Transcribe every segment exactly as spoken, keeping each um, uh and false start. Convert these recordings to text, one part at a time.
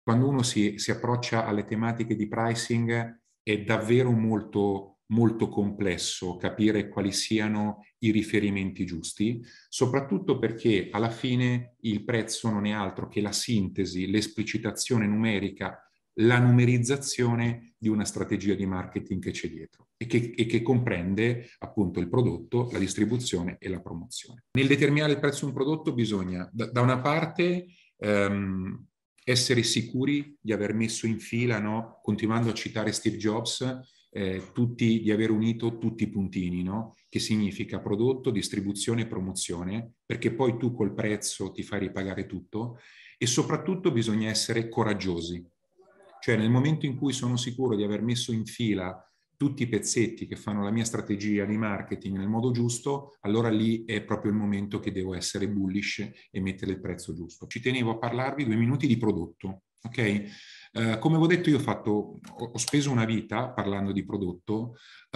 quando uno si, si approccia alle tematiche di pricing è davvero molto, molto complesso capire quali siano i riferimenti giusti, soprattutto perché alla fine il prezzo non è altro che la sintesi, l'esplicitazione numerica, la numerizzazione di una strategia di marketing che c'è dietro e che, e che comprende appunto il prodotto, la distribuzione e la promozione. Nel determinare il prezzo di un prodotto bisogna da, da una parte ehm, essere sicuri di aver messo in fila, no? Continuando a citare Steve Jobs, eh, tutti, di aver unito tutti i puntini, no? Che significa prodotto, distribuzione e promozione, perché poi tu col prezzo ti fai ripagare tutto e soprattutto bisogna essere coraggiosi. Cioè nel momento in cui sono sicuro di aver messo in fila tutti i pezzetti che fanno la mia strategia di marketing nel modo giusto, allora lì è proprio il momento che devo essere bullish e mettere il prezzo giusto. Ci tenevo a parlarvi due minuti di prodotto, ok? Uh, come vi ho detto, io ho, fatto, ho, ho speso una vita parlando di prodotto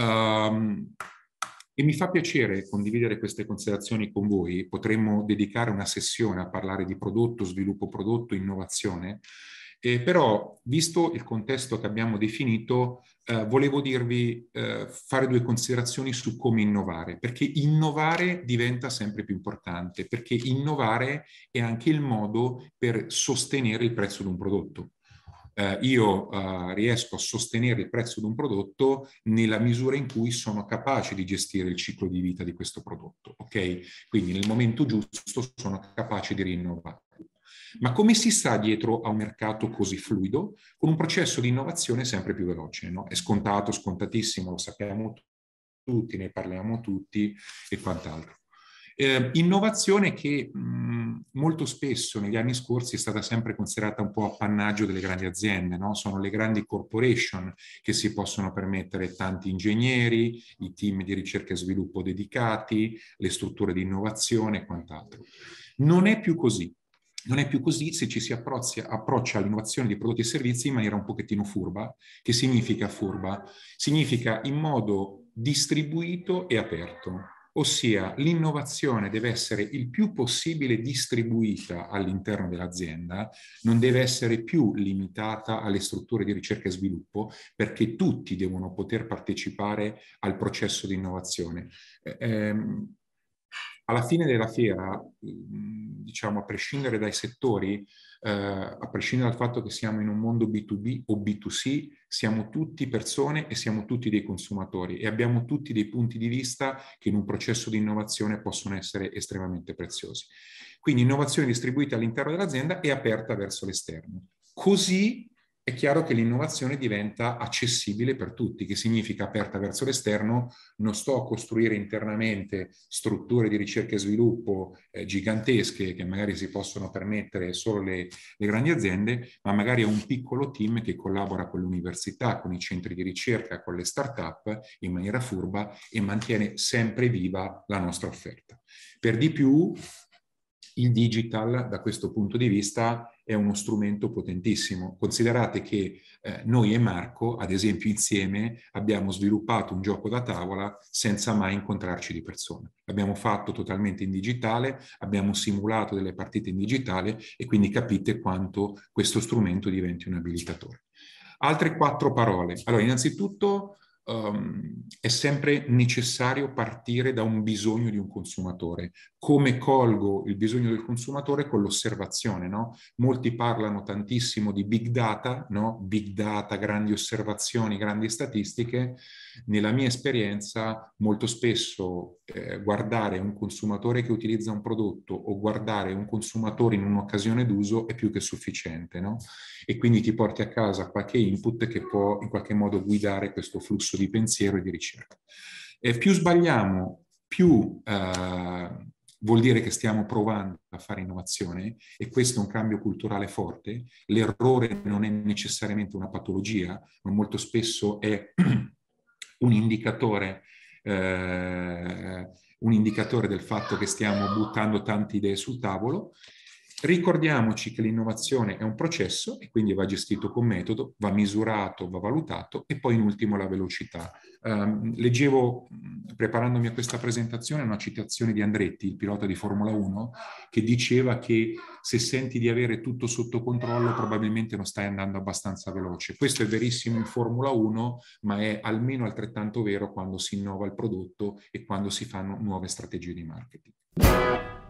um, e mi fa piacere condividere queste considerazioni con voi. Potremmo dedicare una sessione a parlare di prodotto, sviluppo prodotto, innovazione. Eh, però, visto il contesto che abbiamo definito, eh, volevo dirvi, eh, fare due considerazioni su come innovare, perché innovare diventa sempre più importante, perché innovare è anche il modo per sostenere il prezzo di un prodotto. Eh, io eh, riesco a sostenere il prezzo di un prodotto nella misura in cui sono capace di gestire il ciclo di vita di questo prodotto, ok? Quindi nel momento giusto sono capace di rinnovare. Ma come si sta dietro a un mercato così fluido, con un processo di innovazione sempre più veloce, no? È scontato, scontatissimo, lo sappiamo tutti, ne parliamo tutti e quant'altro. Eh, innovazione che mh, molto spesso negli anni scorsi è stata sempre considerata un po' appannaggio delle grandi aziende, no? Sono le grandi corporation che si possono permettere tanti ingegneri, i team di ricerca e sviluppo dedicati, le strutture di innovazione e quant'altro. Non è più così. Non è più così se ci si approccia, approccia all'innovazione di prodotti e servizi in maniera un pochettino furba. Che significa furba? Significa in modo distribuito e aperto, ossia l'innovazione deve essere il più possibile distribuita all'interno dell'azienda, non deve essere più limitata alle strutture di ricerca e sviluppo, perché tutti devono poter partecipare al processo di innovazione. Eh, ehm, alla fine della fiera, diciamo, a prescindere dai settori, eh, a prescindere dal fatto che siamo in un mondo B due B o B due C, siamo tutti persone e siamo tutti dei consumatori e abbiamo tutti dei punti di vista che in un processo di innovazione possono essere estremamente preziosi. Quindi innovazione distribuita all'interno dell'azienda e aperta verso l'esterno. Così è chiaro che l'innovazione diventa accessibile per tutti, che significa aperta verso l'esterno. Non sto a costruire internamente strutture di ricerca e sviluppo eh, gigantesche che magari si possono permettere solo le, le grandi aziende, ma magari è un piccolo team che collabora con l'università, con i centri di ricerca, con le start-up in maniera furba e mantiene sempre viva la nostra offerta. Per di più, il digital da questo punto di vista è uno strumento potentissimo. Considerate che eh, noi e Marco, ad esempio insieme, abbiamo sviluppato un gioco da tavola senza mai incontrarci di persona. L'abbiamo fatto totalmente in digitale, abbiamo simulato delle partite in digitale e quindi capite quanto questo strumento diventi un abilitatore. Altre quattro parole. Allora, innanzitutto Um, è sempre necessario partire da un bisogno di un consumatore. Come colgo il bisogno del consumatore? Con l'osservazione, no? Molti parlano tantissimo di big data, no? Big data, grandi osservazioni, grandi statistiche. Nella mia esperienza, molto spesso eh, guardare un consumatore che utilizza un prodotto o guardare un consumatore in un'occasione d'uso è più che sufficiente, no? E quindi ti porti a casa qualche input che può in qualche modo guidare questo flusso di pensiero e di ricerca. E più sbagliamo, più eh, vuol dire che stiamo provando a fare innovazione e questo è un cambio culturale forte. L'errore non è necessariamente una patologia, ma molto spesso è un indicatore, eh, un indicatore del fatto che stiamo buttando tante idee sul tavolo. Ricordiamoci che l'innovazione è un processo e quindi va gestito con metodo, va misurato, va valutato e poi in ultimo la velocità. Um, leggevo, preparandomi a questa presentazione, una citazione di Andretti, il pilota di Formula uno, che diceva che se senti di avere tutto sotto controllo probabilmente non stai andando abbastanza veloce. Questo è verissimo in Formula uno, ma è almeno altrettanto vero quando si innova il prodotto e quando si fanno nuove strategie di marketing.